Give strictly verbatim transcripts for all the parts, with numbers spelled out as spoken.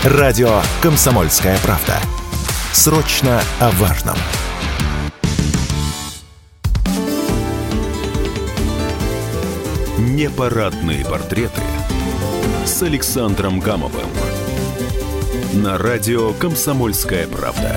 Радио «Комсомольская правда». Срочно о важном. Непарадные портреты с Александром Гамовым на радио «Комсомольская правда».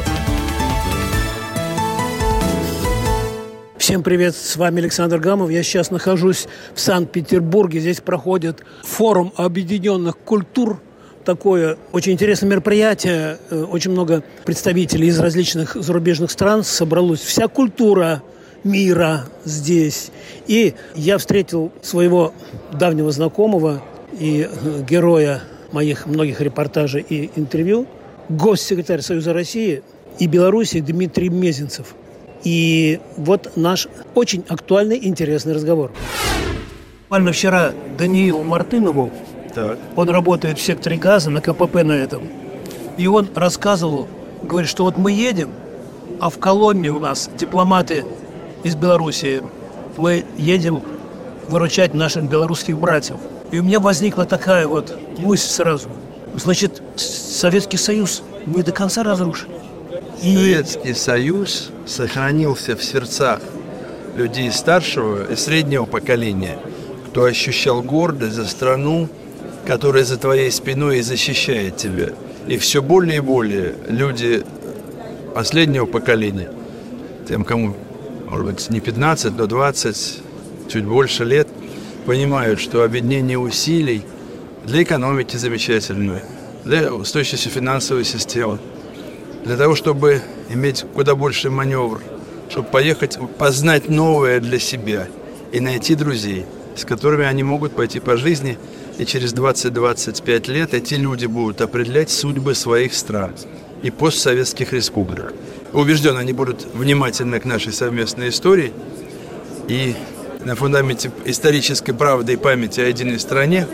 Всем привет, с вами Александр Гамов. Я сейчас нахожусь в Санкт-Петербурге. Здесь проходит форум объединенных культур. Такое очень интересное мероприятие. Очень много представителей из различных зарубежных стран собралось. Вся культура мира здесь. И я встретил своего давнего знакомого и героя моих многих репортажей и интервью, госсекретарь Союза России и Беларуси Дмитрий Мезенцев. И вот наш очень актуальный и интересный разговор. Буквально вчера Даниилу Мартынову, так. Он работает в секторе газа на ка пэ пэ на этом, и он рассказывал, говорит, что вот мы едем, а в колонне у нас дипломаты из Белоруссии, мы едем выручать наших белорусских братьев. И у меня возникла такая вот мысль сразу. Значит, Советский Союз не до конца разрушен. И... Советский Союз сохранился в сердцах людей старшего и среднего поколения, кто ощущал гордость за страну, которая за твоей спиной и защищает тебя. И все более и более люди последнего поколения, тем, кому, может быть, не пятнадцать, но двадцать, чуть больше лет, понимают, что объединение усилий для экономики замечательное, для устойчивости финансовой системы, для того, чтобы иметь куда больше маневр, чтобы поехать, познать новое для себя и найти друзей, с которыми они могут пойти по жизни, и через двадцать-двадцать пять лет эти люди будут определять судьбы своих стран и постсоветских республик. Убежден, они будут внимательны к нашей совместной истории и на фундаменте исторической правды и памяти о единой стране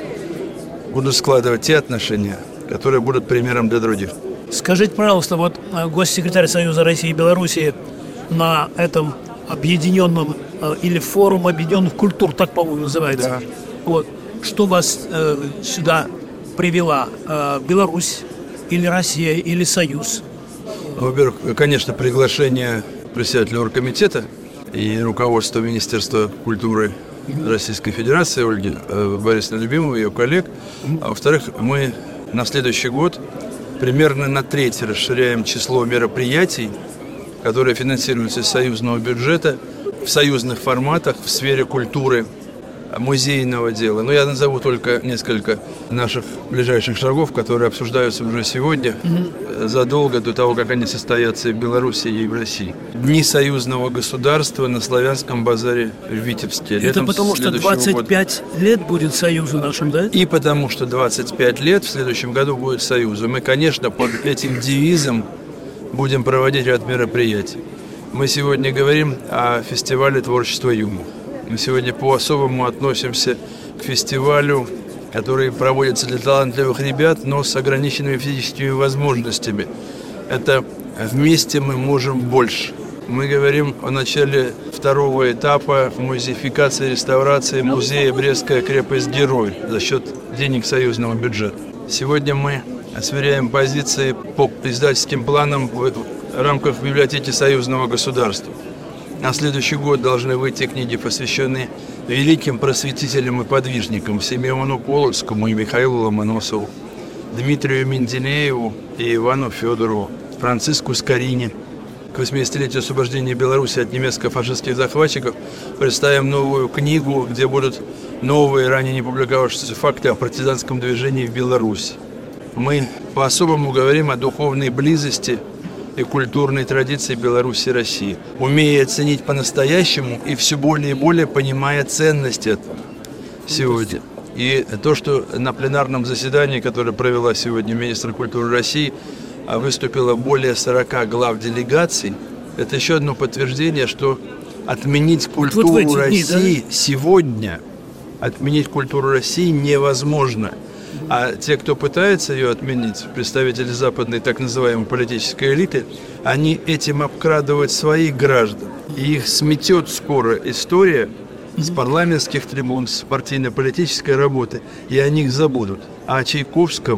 будут складывать те отношения, которые будут примером для других. Скажите, пожалуйста, вот госсекретарь Союза России и Белоруссии на этом объединенном или форум объединенных культур, так, по-моему, называется. Да. Вот. Что вас э, сюда привела? Э, Беларусь или Россия или Союз? Во-первых, конечно, приглашение председателя оргкомитета и руководства Министерства культуры Российской Федерации Ольги э, Борисовны Любимовой и ее коллег. А во-вторых, мы на следующий год примерно на треть расширяем число мероприятий, которые финансируются из союзного бюджета в союзных форматах в сфере культуры, музейного дела. Но я назову только несколько наших ближайших шагов, которые обсуждаются уже сегодня, mm-hmm. задолго до того, как они состоятся и в Беларуси, и в России. Дни союзного государства на Славянском базаре в Витебске. Это потому, что двадцать пять года. Лет будет союзу нашим, да? И потому, что двадцать пять лет в следующем году будет союзу. Мы, конечно, под этим девизом будем проводить ряд мероприятий. Мы сегодня говорим о фестивале творчества юмора. Мы сегодня по-особому относимся к фестивалю, который проводится для талантливых ребят, но с ограниченными физическими возможностями. Это «Вместе мы можем больше». Мы говорим о начале второго этапа музеификации и реставрации музея «Брестская крепость-герой» за счет денег союзного бюджета. Сегодня мы сверяем позиции по издательским планам в рамках библиотеки союзного государства. На следующий год должны выйти книги, посвященные великим просветителям и подвижникам Симеону Полоцкому и Михаилу Ломоносову, Дмитрию Менделееву и Ивану Федорову, Франциску Скорине. К восьмидесятилетию освобождения Беларуси от немецко-фашистских захватчиков представим новую книгу, где будут новые, ранее не публиковавшиеся факты о партизанском движении в Беларуси. Мы по-особому говорим о духовной близости и культурной традиции Беларуси и России, умея ценить по-настоящему и все более и более понимая ценность этого сегодня. И то, что на пленарном заседании, которое провела сегодня министр культуры России, выступило более сорока глав делегаций, это еще одно подтверждение, что отменить культуру вот России дни, да? сегодня, отменить культуру России невозможно. А те, кто пытается ее отменить, представители западной так называемой политической элиты, они этим обкрадывают своих граждан. И их сметет скоро история с парламентских трибун, с партийно-политической работы, и о них забудут. А о Чайковском,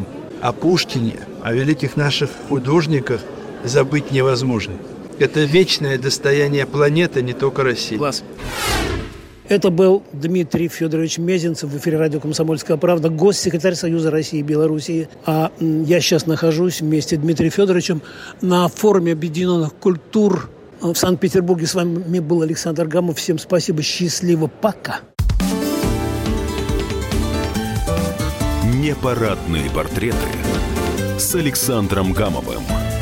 о Пушкине, о великих наших художниках забыть невозможно. Это вечное достояние планеты, не только России. Класс. Это был Дмитрий Федорович Мезенцев в эфире радио «Комсомольская правда», госсекретарь Союза России и Белоруссии. А я сейчас нахожусь вместе с Дмитрием Федоровичем на форуме объединенных культур в Санкт-Петербурге. С вами был Александр Гамов. Всем спасибо, счастливо, пока. Непарадные портреты с Александром Гамовым.